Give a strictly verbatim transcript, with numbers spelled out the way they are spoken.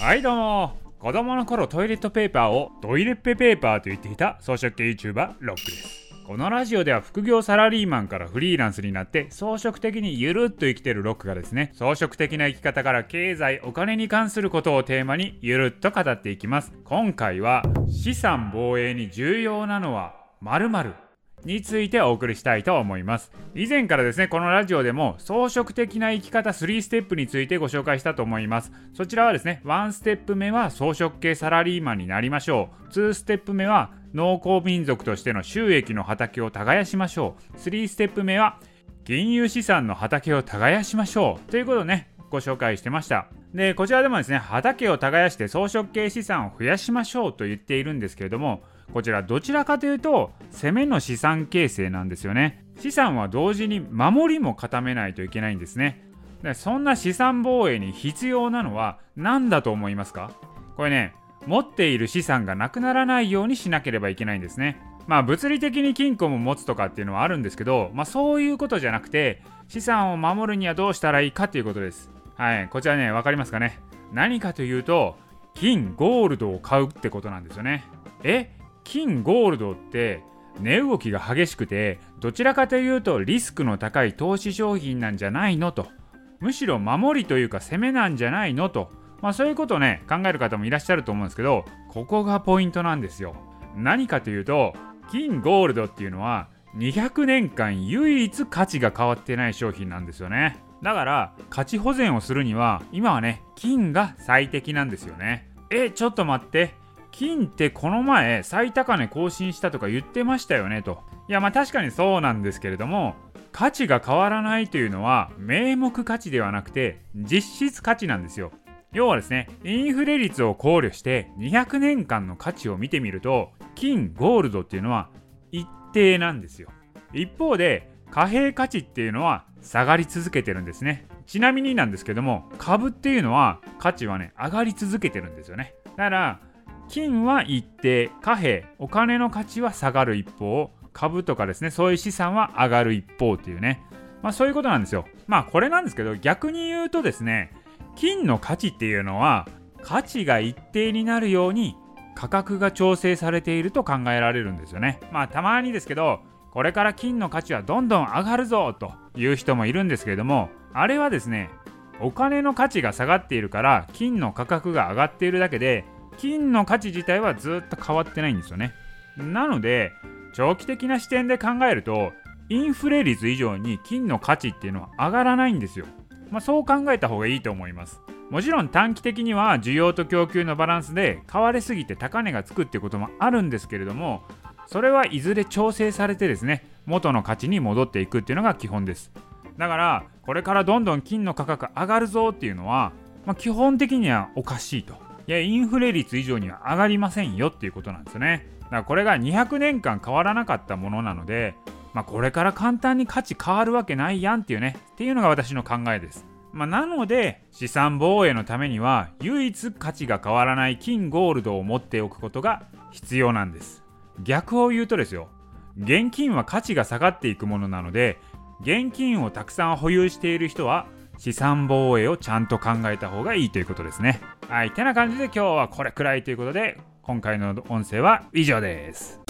はいどうも、子供の頃トイレットペーパーをトイレッペペーパーと言っていた装飾系 YouTuber ロックです。このラジオでは副業サラリーマンからフリーランスになって装飾的にゆるっと生きてるロックがですね、装飾的な生き方から経済お金に関することをテーマにゆるっと語っていきます。今回は資産防衛に重要なのは〇〇についてお送りしたいと思います。以前からですね、このラジオでも装飾的な生き方スリーステップについてご紹介したと思います。そちらはですね、ワンステップ目は装飾系サラリーマンになりましょう。ツーステップ目は農耕民族としての収益の畑を耕しましょう。スリーステップ目は金融資産の畑を耕しましょうということをね、ご紹介してました。で、こちらでもですね、畑を耕して装飾系資産を増やしましょうと言っているんですけれども、こちらどちらかというと攻めの資産形成なんですよね。資産は同時に守りも固めないといけないんですね。で、そんな資産防衛に必要なのは何だと思いますか？これね、持っている資産がなくならないようにしなければいけないんですね。まあ物理的に金庫も持つとかっていうのはあるんですけど、まあそういうことじゃなくて、資産を守るにはどうしたらいいかということです。はい、こちらね、わかりますかね。何かというと、金ゴールドを買うってことなんですよね。え金ゴールドって値動きが激しくて、どちらかというとリスクの高い投資商品なんじゃないのと、むしろ守りというか攻めなんじゃないのと、まあそういうことをね、考える方もいらっしゃると思うんですけど、ここがポイントなんですよ。何かというと、金ゴールドっていうのはにひゃくねんかん唯一価値が変わってない商品なんですよね。だから価値保全をするには今はね、金が最適なんですよね。えちょっと待って、金ってこの前最高値更新したとか言ってましたよねと。いやまあ確かにそうなんですけれども、価値が変わらないというのは名目価値ではなくて実質価値なんですよ。要はですね、インフレ率を考慮してにひゃくねんかんの価値を見てみると、金ゴールドっていうのは一定なんですよ。一方で貨幣価値っていうのは下がり続けてるんですね。ちなみになんですけども、株っていうのは価値はね、上がり続けてるんですよね。だから金は一定、貨幣、お金の価値は下がる一方、株とかですね、そういう資産は上がる一方っていうね、まあそういうことなんですよ。まあこれなんですけど、逆に言うとですね、金の価値っていうのは価値が一定になるように価格が調整されていると考えられるんですよね。まあたまにですけど、これから金の価値はどんどん上がるぞという人もいるんですけれども、あれはですね、お金の価値が下がっているから金の価格が上がっているだけで、金の価値自体はずっと変わってないんですよね。なので長期的な視点で考えると、インフレ率以上に金の価値っていうのは上がらないんですよ。まあそう考えた方がいいと思います。もちろん短期的には需要と供給のバランスで買われすぎて高値がつくっていうこともあるんですけれども、それはいずれ調整されてですね、元の価値に戻っていくっていうのが基本です。だからこれからどんどん金の価格上がるぞっていうのは、まあ、基本的にはおかしいと。いやインフレ率以上には上がりませんよっていうことなんですよね。だからこれがにひゃくねんかん変わらなかったものなので、まあ、これから簡単に価値変わるわけないやんっていうね、っていうのが私の考えです。まあ、なので資産防衛のためには唯一価値が変わらない金ゴールドを持っておくことが必要なんです。逆を言うとですよ、現金は価値が下がっていくものなので、現金をたくさん保有している人は資産防衛をちゃんと考えた方がいいということですね。はい、てな感じで今日はこれくらいということで、今回の音声は以上です。